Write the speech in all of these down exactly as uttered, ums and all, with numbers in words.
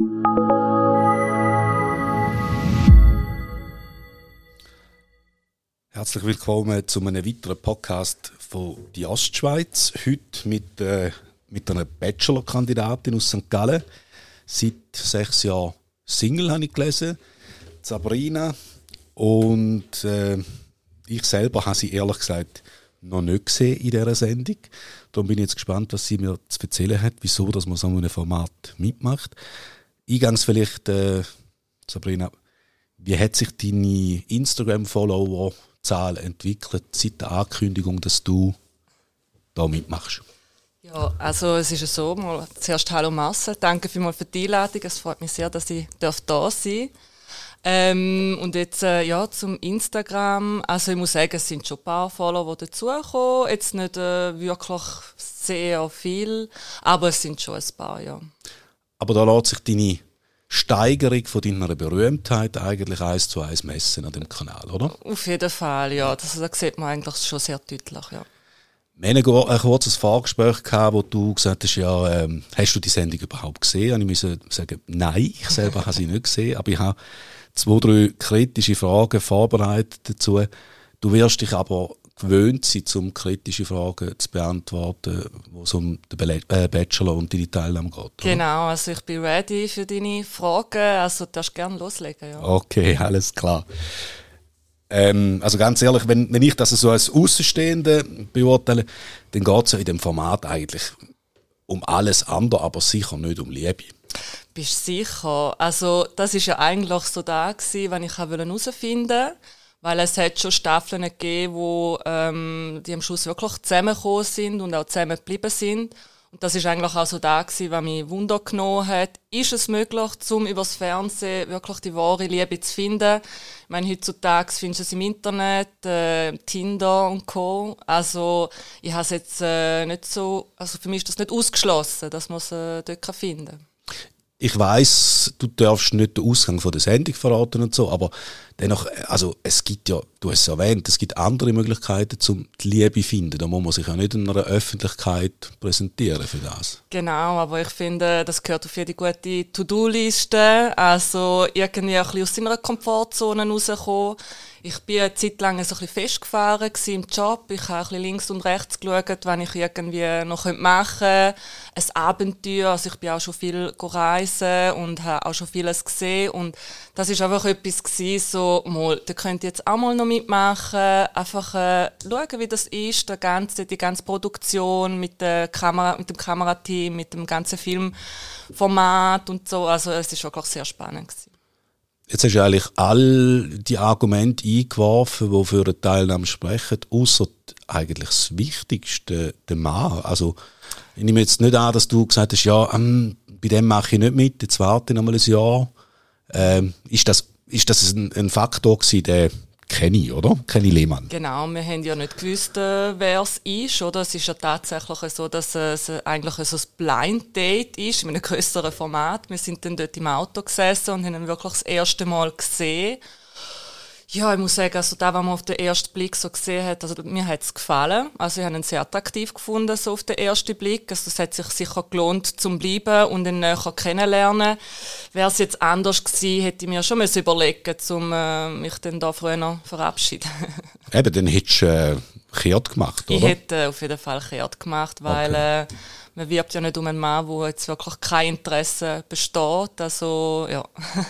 Herzlich willkommen zu einem weiteren Podcast von «Die Ostschweiz». Heute mit, äh, mit einer Bachelor-Kandidatin aus Sankt Gallen. Seit sechs Jahren Single, habe ich gelesen. Sabrina. Und äh, ich selber habe sie ehrlich gesagt noch nicht gesehen in dieser Sendung. Darum bin ich jetzt gespannt, was sie mir zu erzählen hat, wieso dass man so einem Format mitmacht. Eingangs vielleicht, äh, Sabrina, wie hat sich deine Instagram-Follower Zahl entwickelt seit der Ankündigung, dass du da mitmachst? Ja, also es ist so, mal zuerst Hallo Marcel, danke vielmals für die Einladung, es freut mich sehr, dass ich da sein darf. Ähm, und jetzt äh, ja, zum Instagram, also ich muss sagen, es sind schon ein paar Follower, die dazugekommen, jetzt nicht äh, wirklich sehr viel, aber es sind schon ein paar, ja. Aber da lässt sich deine Steigerung von deiner Berühmtheit eigentlich eins zu eins messen an dem Kanal, oder? Auf jeden Fall, ja. Das, das sieht man eigentlich schon sehr deutlich, ja. Wir hatten ein kurzes Vorgespräch gehabt, wo du gesagt hast, ja, ähm, hast du die Sendung überhaupt gesehen? Und ich musste sagen, nein, ich selber habe sie nicht gesehen, aber ich habe zwei, drei kritische Fragen vorbereitet dazu. Du wirst dich aber gewöhnt sein, um kritische Fragen zu beantworten, wo es um den Bachelor und deine Teilnahme geht. Oder? Genau, also ich bin ready für deine Fragen, also du darfst gerne loslegen. Ja. Okay, alles klar. Ähm, also ganz ehrlich, wenn, wenn ich das so als Außenstehende beurteile, dann geht es ja in dem Format eigentlich um alles andere, aber sicher nicht um Liebe. Bist du sicher? Also das ist ja eigentlich so da gewesen, wenn ich herausfinden wollte. Weil es hat schon Staffeln gegeben, wo ähm, die am Schluss wirklich zusammengekommen sind und auch zusammen geblieben sind. Und das ist eigentlich auch so da gewesen, was mich Wunder genommen hat. Ist es möglich, um über das Fernsehen wirklich die wahre Liebe zu finden? Ich meine, heutzutage findest du es im Internet, äh, Tinder und Co. Also ich habe es jetzt äh, nicht so, also für mich ist das nicht ausgeschlossen, dass man es äh, dort finden kann. Ich weiss, du darfst nicht den Ausgang von der Sendung verraten und so, aber dennoch, also es gibt ja, du hast es erwähnt, es gibt andere Möglichkeiten, um die Liebe zu finden. Da muss man sich ja nicht in einer Öffentlichkeit präsentieren für das. Genau, aber ich finde, das gehört auf jede gute To-Do-Liste. Also irgendwie ein bisschen aus seiner Komfortzone rauskommen. Ich bin eine Zeit lang so ein bisschen festgefahren im Job. Ich habe ein bisschen links und rechts geschaut, was ich irgendwie noch machen könnte. Ein Abenteuer. Also ich bin auch schon viel reisen und habe auch schon vieles gesehen. Und das war einfach etwas gewesen, so, mal, da könnt ihr jetzt auch mal noch mitmachen. Einfach äh, schauen, wie das ist, der ganze, die ganze Produktion mit, der Kamera, mit dem Kamerateam, mit dem ganzen Filmformat und so. Also es war wirklich sehr spannend gewesen. Jetzt hast du eigentlich all die Argumente eingeworfen, die für eine Teilnahme sprechen, ausser eigentlich das Wichtigste, der Mann. Also, ich nehme jetzt nicht an, dass du gesagt hast, ja, ähm, bei dem mache ich nicht mit, jetzt warte ich noch mal ein Jahr. Ähm, ist das, ist das ein, ein Faktor gewesen, der kenne ich, oder? Kenny Lehmann. Genau, wir haben ja nicht gewusst, äh, wer es ist, oder? Es ist ja tatsächlich so, dass es eigentlich so ein Blind Date ist, in einem grösseren Format. Wir sind dann dort im Auto gesessen und haben ihn wirklich das erste Mal gesehen. Ja, ich muss sagen, also da, was man auf den ersten Blick so gesehen hat, also mir hat es gefallen. Also ich habe ihn sehr attraktiv gefunden, so auf den ersten Blick. Also es hat sich sicher gelohnt, zum bleiben und ihn näher kennenlernen. Wäre es jetzt anders gewesen, hätte ich mir schon müssen überlegen, um äh, mich dann da früher verabschieden. Eben, dann hättest du äh, kehrt gemacht, oder? Ich hätte auf jeden Fall kehrt gemacht, weil okay. äh, man wirbt ja nicht um einen Mann, wo jetzt wirklich kein Interesse besteht. Also, ja.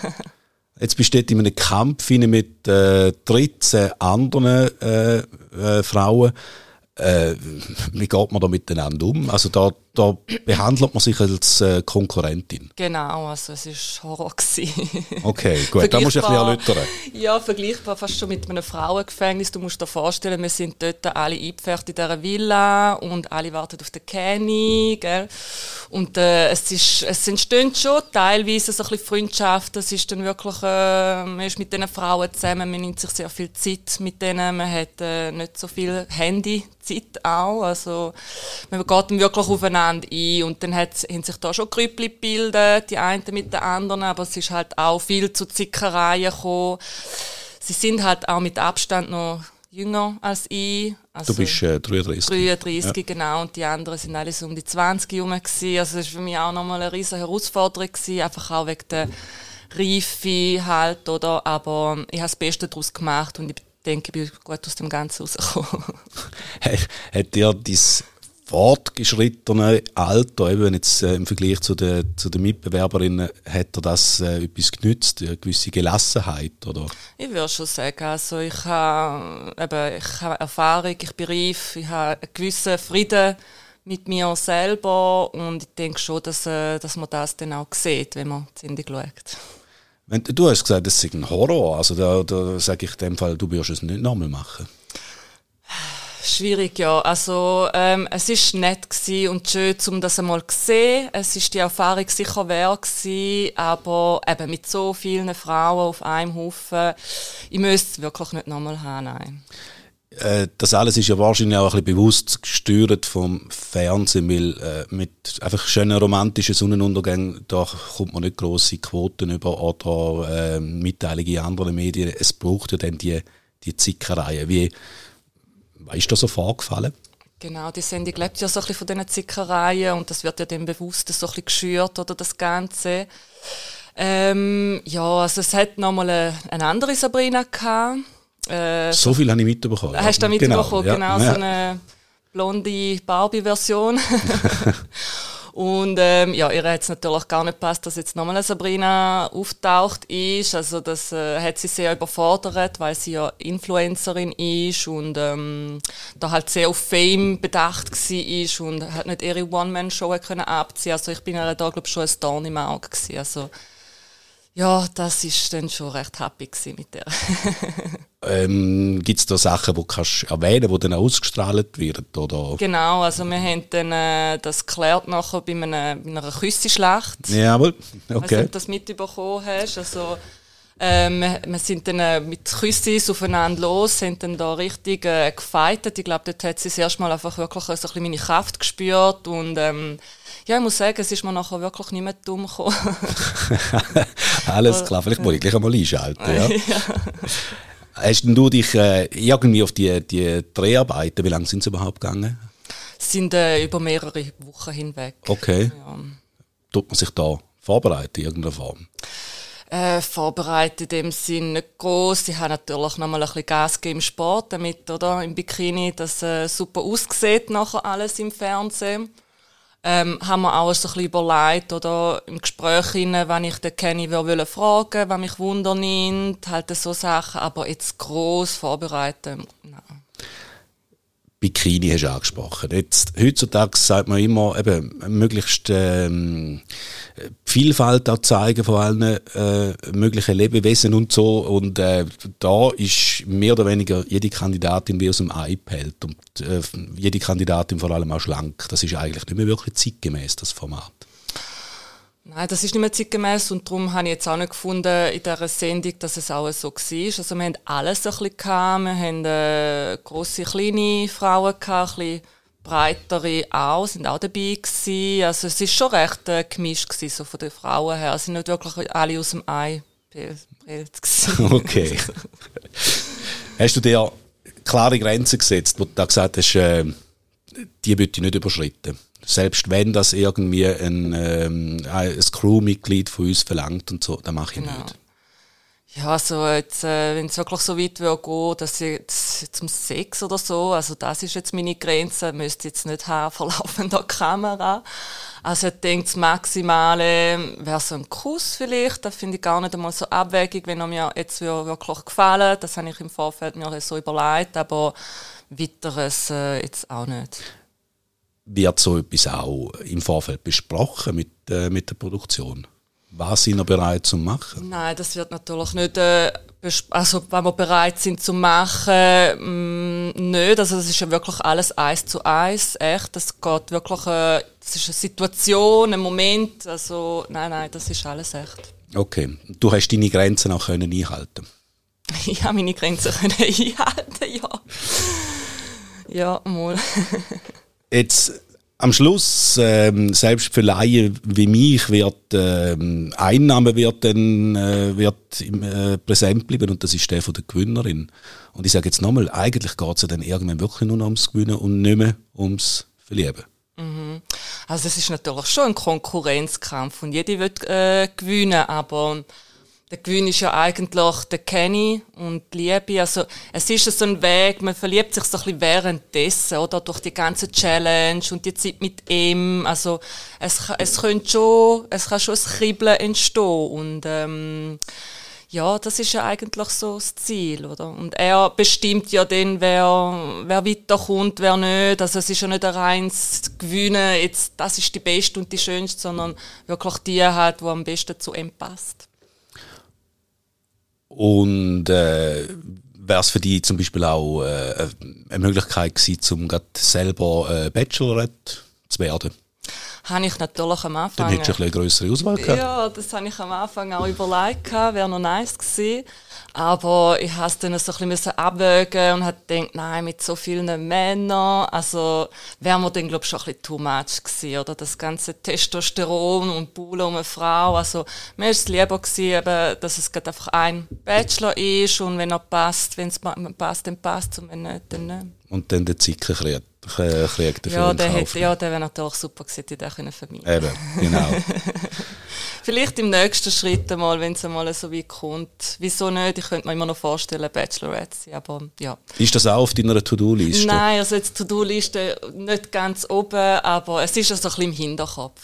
Jetzt besteht in einem Kampf mit äh, dreizehn anderen äh, äh, Frauen. Äh, wie geht man da miteinander um? Also da, da behandelt man sich als äh, Konkurrentin. Genau, also es war Horror gewesen. Okay, gut, da musst du ein bisschen erläutern. Ja, vergleichbar fast schon mit einem Frauengefängnis. Du musst dir vorstellen, wir sind dort alle eingepfercht in dieser Villa und alle warten auf den Kenny, gell? Und äh, es, ist, es entstehen schon teilweise so ein bisschen Freundschaften. Es ist dann wirklich, äh, man ist mit diesen Frauen zusammen, man nimmt sich sehr viel Zeit mit denen, man hat äh, nicht so viel Handy. Zeit auch, also man geht dann wirklich aufeinander ein und dann hat, haben sich da schon Grüppli gebildet, die einen mit den anderen, aber es ist halt auch viel zu Zickereien gekommen. Sie sind halt auch mit Abstand noch jünger als ich. Also du bist äh, dreiunddreißig. dreiunddreißig, ja. genau. Und die anderen sind alle so um die zwanzig herum gewesen. Also das war für mich auch nochmal eine riesige Herausforderung gewesen, einfach auch wegen der Reife halt, oder? Aber ich habe das Beste daraus gemacht und ich denke, ich bin gut aus dem Ganzen rausgekommen. Hat dir dein fortgeschrittene Alter, eben jetzt äh, im Vergleich zu den, zu den Mitbewerberinnen, hat dir das äh, etwas genützt, eine gewisse Gelassenheit, oder? Ich würde schon sagen, also ich habe, eben, ich habe Erfahrung, ich bin reif, ich habe einen gewissen Frieden mit mir selber und ich denke schon, dass, äh, dass man das dann auch sieht, wenn man zu Ende schaut. Wenn, du hast gesagt, das ist ein Horror, also da, da sage ich in dem Fall, du wirst es nicht nochmal machen. Schwierig, ja. Also ähm, es war nett gewesen und schön, um das einmal zu sehen. Es war die Erfahrung sicher wert gewesen, aber eben mit so vielen Frauen auf einem Haufen, ich müsste es wirklich nicht nochmal haben, nein. Äh, das alles ist ja wahrscheinlich auch ein bisschen bewusst gesteuert vom Fernsehen, weil äh, mit einfach schönen romantischen Sonnenuntergängen, da kommt man nicht grosse Quoten über oder äh, Mitteilungen in anderen Medien. Es braucht ja dann die, die Zickereien. Wie Was ist da so vorgefallen? Genau, die Sendung lebt ja so ein bisschen von diesen Zickereien und das wird ja dann bewusst so ein bisschen geschürt, oder das Ganze. Ähm, ja, also es hat nochmal eine, eine andere Sabrina gehabt. Äh, so viel habe ich mitbekommen. Hast du da mitbekommen? Genau, genau ja. So eine blonde Barbie-Version. Und ähm, ja, ihr hat es natürlich gar nicht gepasst, dass jetzt nochmal eine Sabrina auftaucht ist. Also das äh, hat sie sehr überfordert, weil sie ja Influencerin ist und ähm, da halt sehr auf Fame bedacht war und hat nicht ihre One-Man-Show können abziehen. Also ich bin ja da, glaube ich, schon ein Dorn im Auge gewesen. Also ja, das ist dann schon recht happy gewesen mit der. ähm, Gibt es da Sachen, die du kannst erwähnen, die dann ausgestrahlt werden? Oder? Genau, also wir haben dann äh, das geklärt nachher bei, einem, bei einer Küssenschlacht. Jawohl, okay. Ich weiß nicht, ob du das mitbekommen hast. Also, ähm, wir, wir sind dann äh, mit Küssis aufeinander los, sind dann da richtig äh, gefightet. Ich glaube, dort hat sie das erste Mal einfach wirklich so ein bisschen meine Kraft gespürt und ähm, ja, ich muss sagen, es ist mir nachher wirklich nicht mehr dumm gekommen. Alles klar, vielleicht muss ich gleich einmal einschalten. Ja. Ja. Hast denn du dich äh, irgendwie auf die, die Dreharbeiten, wie lange sind sie überhaupt gegangen? Sind äh, über mehrere Wochen hinweg. Okay. Ja. Tut man sich da vorbereiten in irgendeiner Form? Äh, vorbereitet in dem Sinn nicht gross. Ich habe natürlich noch mal ein bisschen Gas gegeben im Sport, damit, oder, im Bikini, das äh, super aussieht nachher alles im Fernsehen. Ähm, haben wir auch so ein bisschen überlegt, oder, im Gespräch hinein, wenn ich den Kenny würde fragen, wenn mich Wunder nimmt, halt so Sachen, aber jetzt gross vorbereiten, nein. Bikini hast du angesprochen. Jetzt, heutzutage sagt man immer, eben, möglichst ähm, Vielfalt auch zeigen von allen äh, möglichen Lebewesen und so. Und äh, da ist mehr oder weniger jede Kandidatin wie aus dem Ei gepellt. Und äh, jede Kandidatin vor allem auch schlank. Das ist eigentlich nicht mehr wirklich zeitgemäß, das Format. Nein, das ist nicht mehr zeitgemäß und darum habe ich jetzt auch nicht gefunden in dieser Sendung, dass es auch so war. Also wir haben alles ein bisschen gehabt. Wir haben äh, grosse, kleine Frauen gehabt, ein bisschen breitere auch, sind auch dabei gewesen. Also es ist schon recht äh, gemischt gewesen, so von den Frauen her. Es sind nicht wirklich alle aus dem Ei gepellt gewesen. Okay. Hast du dir klare Grenzen gesetzt, wo du da gesagt hast, äh, die würde ich nicht überschritten? Selbst wenn das irgendwie ein, ähm, ein Crewmitglied von uns verlangt und so, dann mache ich Genau. nicht. Ja, also jetzt, äh, wenn es wirklich so weit will gehen, dass ich jetzt zum Sex oder so, also das ist jetzt meine Grenze, müsste ich jetzt nicht haben vor laufender Kamera. Also ich denke, das Maximale wäre so ein Kuss vielleicht, das finde ich gar nicht einmal so abwegig, wenn er mir jetzt wirklich gefallen, das habe ich im Vorfeld mir so überlegt, aber weiteres äh, jetzt auch nicht. Wird so etwas auch im Vorfeld besprochen mit, äh, mit der Produktion? Was sind wir bereit zu machen? Nein, das wird natürlich nicht, äh, also wenn wir bereit sind zu machen, mh, nicht. Also das ist ja wirklich alles eins zu eins, echt. Das geht wirklich, äh, das ist eine Situation, ein Moment, also nein, nein, das ist alles echt. Okay, du hast deine Grenzen auch können einhalten. Ich habe meine Grenzen können einhalten, ja. Ja, mal. Jetzt am Schluss, ähm, selbst für Laien wie mich, wird ähm, ein Name wird dann äh, wird im, äh, präsent bleiben und das ist der von der Gewinnerin. Und ich sage jetzt nochmal, eigentlich geht es ja dann irgendwann wirklich nur noch ums Gewinnen und nicht mehr ums Verlieben. Mhm. Also es ist natürlich schon ein Konkurrenzkampf und jeder will äh, gewinnen, aber der Gewinn ist ja eigentlich der Kenny und die Liebe. Also, es ist so ein Weg, man verliebt sich so ein bisschen währenddessen, oder? Durch die ganze Challenge und die Zeit mit ihm. Also, es, es könnte schon, es kann schon ein Kribbeln entstehen. Und, ähm, ja, das ist ja eigentlich so das Ziel, oder? Und er bestimmt ja dann, wer, wer weiterkommt, wer nicht. Also, es ist ja nicht ein reines Gewinnen, jetzt, das ist die Beste und die Schönste, sondern wirklich die halt, die am besten zu ihm passt. Und äh, wäre es für dich zum Beispiel auch äh, eine Möglichkeit gewesen, um grad selber äh, Bachelorette zu werden? Habe ich natürlich am Anfang. Dann hättest du ein bisschen eine grössere Auswahl gehabt. Ja, das habe ich am Anfang auch überlegt, wäre noch nice gewesen. Aber ich habe es dann so ein bisschen abwägen und habe gedacht, nein, mit so vielen Männern, also wäre mir dann, glaube ich, schon ein bisschen too much gewesen, oder? Das ganze Testosteron und Buhlen um eine Frau, also mir ist es lieber gewesen, eben, dass es gerade einfach ein Bachelor ist und wenn er passt, wenn es passt, dann passt und wenn nicht, dann nicht. Und dann der Zicker kriegt, kriegt dafür ja, der hätte, ja, der wäre natürlich super gewesen, die können vermeiden. Eben, genau. Vielleicht im nächsten Schritt einmal, wenn es einmal so weit kommt. Wieso nicht? Ich könnte mir immer noch vorstellen, Bachelorette sein, aber ja. Ist das auch auf deiner To-Do-Liste? Nein, also jetzt To-Do-Liste nicht ganz oben, aber es ist ja so ein bisschen im Hinterkopf.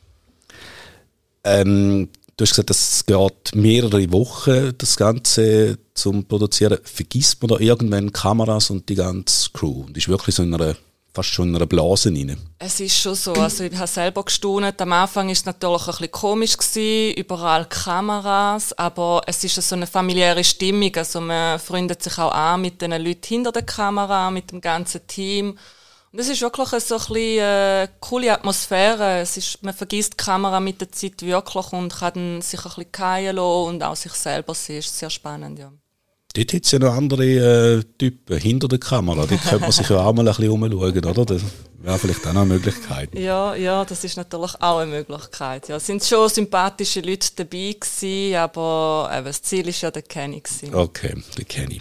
Ähm, du hast gesagt, das geht mehrere Wochen, das Ganze zum Produzieren. Vergisst man da irgendwann Kameras und die ganze Crew? Und ist wirklich so in einer, fast schon in einer Blase rein? Es ist schon so, also ich habe selber gestaunt. Am Anfang war es natürlich ein bisschen komisch gewesen, überall Kameras, aber es ist so eine familiäre Stimmung, also man freundet sich auch an mit den Leuten hinter der Kamera, mit dem ganzen Team. Und es ist wirklich so ein bisschen äh, coole Atmosphäre. Es ist, man vergisst die Kamera mit der Zeit wirklich und kann dann sich ein bisschen fallen lassen und auch sich selber sehen. Das ist sehr spannend, ja. Dort hat es ja noch andere äh, Typen hinter der Kamera. Dort könnte man sich ja auch mal ein bisschen umschauen, oder? Das wäre vielleicht auch noch eine Möglichkeit. Ja, ja, das ist natürlich auch eine Möglichkeit. Ja, es sind schon sympathische Leute dabei gewesen, aber äh, das Ziel ist ja der Kenny gewesen. Okay, der Kenny.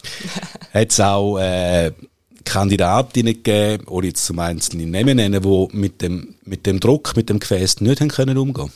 Hat es auch äh, Kandidatinnen gegeben, oder jetzt zum einzelnen Namen nennen, die mit dem, mit dem Druck, mit dem Gefäß nicht haben können umgehen?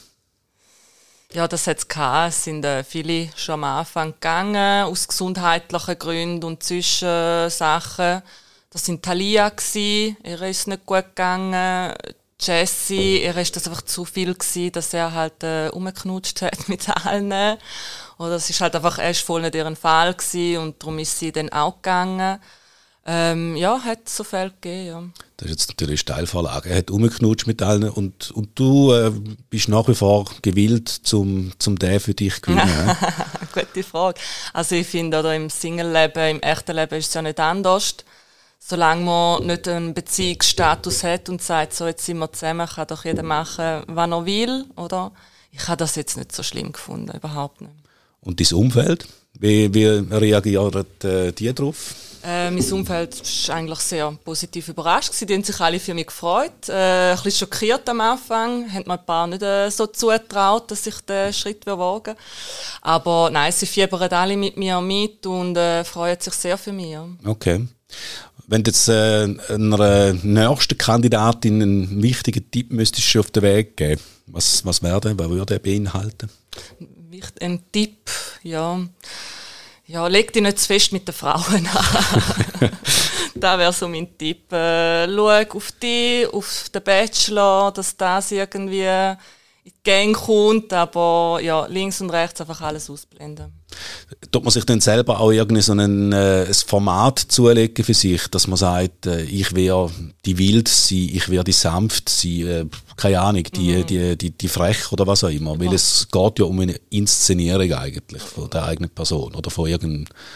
Ja, das hat es gehabt. Es sind äh, viele schon am Anfang gegangen, aus gesundheitlichen Gründen und Zwischensachen. Das waren Thalia gsi, ihr ist nicht gut gegangen. Jesse, ihr ist das einfach zu viel gewesen, dass er halt äh, rumgeknutscht hat mit allen. Oder es ist halt einfach erst voll nicht ihren Fall gewesen und darum ist sie dann auch gegangen. Ähm, ja, hat so Fälle gegeben, ja. Das ist jetzt natürlich eine Steilvorlage. Er hat rumgeknutscht mit allen und, und du äh, bist nach wie vor gewillt, zum, zum den für dich zu gewinnen. Ja? Gute Frage. Also ich finde, oder im Single-Leben, im echten Leben ist es ja nicht anders. Solange man nicht einen Beziehungsstatus hat und sagt, so jetzt sind wir zusammen, kann doch jeder machen, was er will, oder? Ich habe das jetzt nicht so schlimm gefunden, überhaupt nicht. Und dein Umfeld? Wie, wie reagieren äh, die darauf? Äh, mein Umfeld war eigentlich sehr positiv überrascht. Die haben sich alle für mich gefreut. Äh, ein bisschen schockiert am Anfang. Haben mir ein paar nicht äh, so zugetraut, dass ich den Schritt wagen will. Aber nein, sie fiebern alle mit mir mit und äh, freuen sich sehr für mich. Ja. Okay. Wenn du jetzt äh, einer nächsten Kandidatin einen wichtigen Tipp müsstest du auf den Weg geben, was, was wäre der? Was würde er beinhalten? Ein Tipp, ja... Ja, leg dich nicht zu fest mit den Frauen an. Das wäre so mein Tipp. Äh, schau auf dich, auf den Bachelor, dass das irgendwie in die Gang kommt, aber ja, links und rechts einfach alles ausblenden. Tut man sich dann selber auch irgendwie so ein, äh, ein Format zulegen für sich, dass man sagt, äh, ich will die wild sein, ich will die sanft sein, äh, keine Ahnung, die, mhm. die, die, die frech oder was auch immer, weil ja. Es geht ja um eine Inszenierung eigentlich von der eigenen Person oder von irgendeinem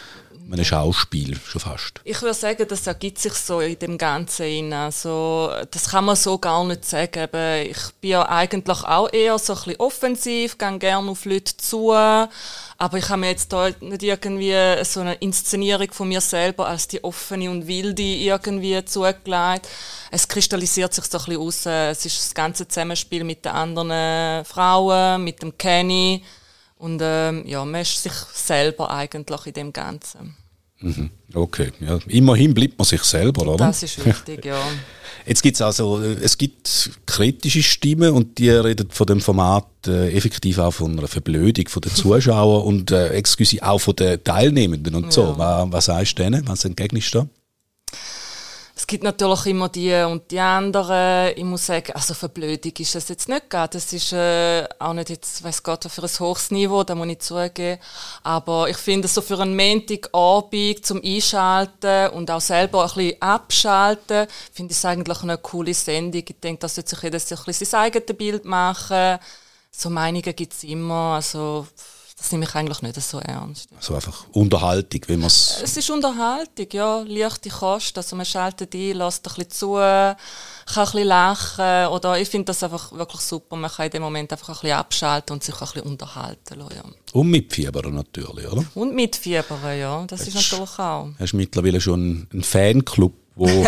einem Schauspiel schon fast? Ich würde sagen, das ergibt sich so in dem Ganzen rein. Also, das kann man so gar nicht sagen. Eben, ich bin ja eigentlich auch eher so ein bisschen offensiv, gehe gerne auf Leute zu. Aber ich habe mir jetzt da nicht irgendwie so eine Inszenierung von mir selber als die offene und wilde irgendwie zugelegt. Es kristallisiert sich so ein bisschen raus. Es ist das ganze Zusammenspiel mit den anderen Frauen, mit dem Kenny. Und ähm, ja, man ist sich selber eigentlich in dem Ganzen. Mhm. Okay, ja. Immerhin bleibt man sich selber, oder? Das ist wichtig, ja. Jetzt gibt's also, es gibt kritische Stimmen und die reden von dem Format äh, effektiv auch von einer Verblödung von den Zuschauern und äh, excuse, auch von den Teilnehmenden und so. Ja. Was, was sagst du denen? Was entgegnest du da? Es gibt natürlich immer die und die anderen. Ich muss sagen, also Verblödung ist es jetzt nicht gerade. Das ist äh, auch nicht jetzt, weiss Gott, für ein hohes Niveau, da muss ich zugeben. Aber ich finde, so für einen Montagabend zum Einschalten und auch selber ein bisschen abschalten, finde ich es eigentlich eine coole Sendung. Ich denke, dass sich jeder sich ein bisschen sein eigenes Bild machen. So Meinungen gibt es immer. Also, das nehme ich eigentlich nicht so ernst. Also einfach Unterhaltung, wie man es... Es ist Unterhaltung, ja, leichte Kost. Also man schaltet ein, lässt ein bisschen zu, kann ein bisschen lachen. Oder ich finde das einfach wirklich super. Man kann in dem Moment einfach ein bisschen abschalten und sich ein bisschen unterhalten lassen, ja. Und mitfiebern natürlich, oder? Und mitfiebern, ja. Das hast, ist natürlich auch. Hast du mittlerweile schon einen Fanclub, wo...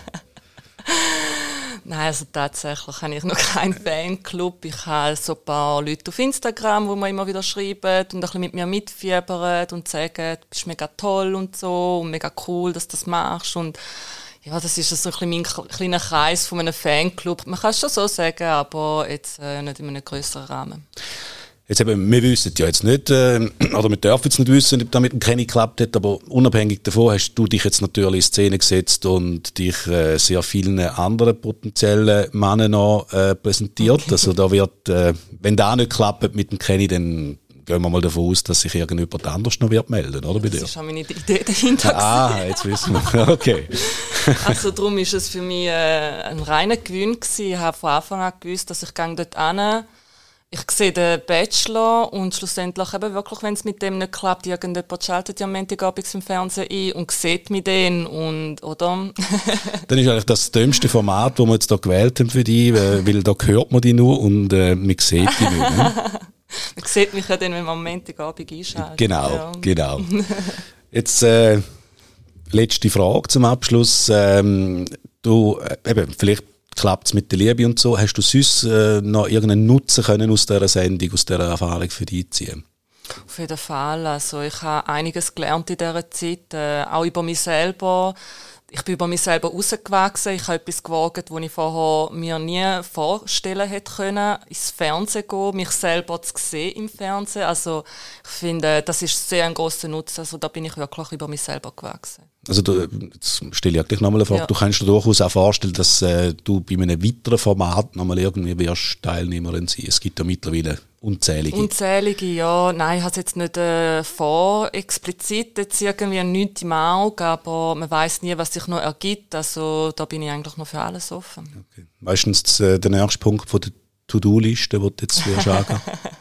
Nein, also tatsächlich habe ich noch keinen Fanclub. Ich habe so ein paar Leute auf Instagram, die mir immer wieder schreiben und ein bisschen mit mir mitfiebern und sagen, du bist mega toll und so und mega cool, dass du das machst. Und ja, das ist so ein bisschen mein kleiner Kreis von einem Fanclub. Man kann es schon so sagen, aber jetzt äh, nicht in einem grösseren Rahmen. Jetzt eben, wir wissen ja jetzt nicht, äh, oder wir dürfen jetzt nicht wissen, ob das mit dem Kenny geklappt hat, aber unabhängig davon hast du dich jetzt natürlich in Szene gesetzt und dich äh, sehr vielen anderen potenziellen Männern noch äh, präsentiert. Okay. Also da wird, äh, wenn das nicht klappt mit dem Kenny, dann gehen wir mal davon aus, dass sich irgendjemand anders noch wird melden, oder? Bei dir? Das ist auch meine Idee dahinter. Ah, jetzt wissen wir. Okay. Also darum ist es für mich äh, ein reiner Gewinn gewesen. Ich habe von Anfang an gewusst, dass ich dort hin. Ich sehe den Bachelor und schlussendlich eben wirklich, wenn es mit dem nicht klappt, irgendjemand schaltet ja am Montagabend im Fernsehen ein und sieht mich den und, oder? Dann ist eigentlich das dümmste Format, das wir jetzt hier gewählt haben für dich, weil da hört man dich nur und äh, man sieht dich nicht. Ne? Man sieht mich ja dann, wenn man am Montagabend einschaltet. Genau, ja. genau. Jetzt äh, letzte Frage zum Abschluss. Ähm, du, äh, eben, vielleicht klappt es mit der Liebe und so. Hast du sonst äh, noch irgendeinen Nutzen können aus dieser Sendung, aus dieser Erfahrung für dich ziehen? Auf jeden Fall. Also ich habe einiges gelernt in dieser Zeit, äh, auch über mich selber. Ich bin über mich selber rausgewachsen. Ich habe etwas gewagt, das ich vorher mir nie vorstellen hätte können, ins Fernsehen gehen, mich selber zu sehen im Fernsehen. Also ich finde, das ist sehr ein grosser Nutzen. Also da bin ich wirklich über mich selber gewachsen. Also du, jetzt stelle ich gleich nochmal eine Frage. Ja. Du kannst dir durchaus auch vorstellen, dass äh, du bei einem weiteren Format nochmal irgendwie wirst Teilnehmerin sein. Es gibt ja mittlerweile unzählige. Unzählige, ja. Nein, ich habe es jetzt nicht äh, vor, explizit jetzt irgendwie nichts im Auge, aber man weiss nie, was sich noch ergibt. Also da bin ich eigentlich noch für alles offen. Okay. Meistens äh, der nächste Punkt von der To-Do-Liste, die du jetzt wirst angehen.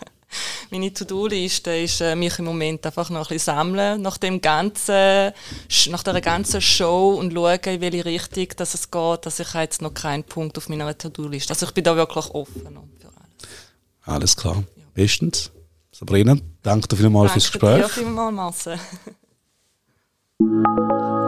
Meine To-Do-Liste ist, äh, mich im Moment einfach noch ein bisschen sammeln, nach dem ganzen, nach der ganzen Show und schauen, in welche Richtung dass es geht. Also ich habe jetzt noch keinen Punkt auf meiner To-Do-Liste. Also ich bin da wirklich offen für alles. Alles klar. Ja. Bestens. Sabrina, danke dir vielmals fürs Gespräch. Danke dir vielmals, Marcel.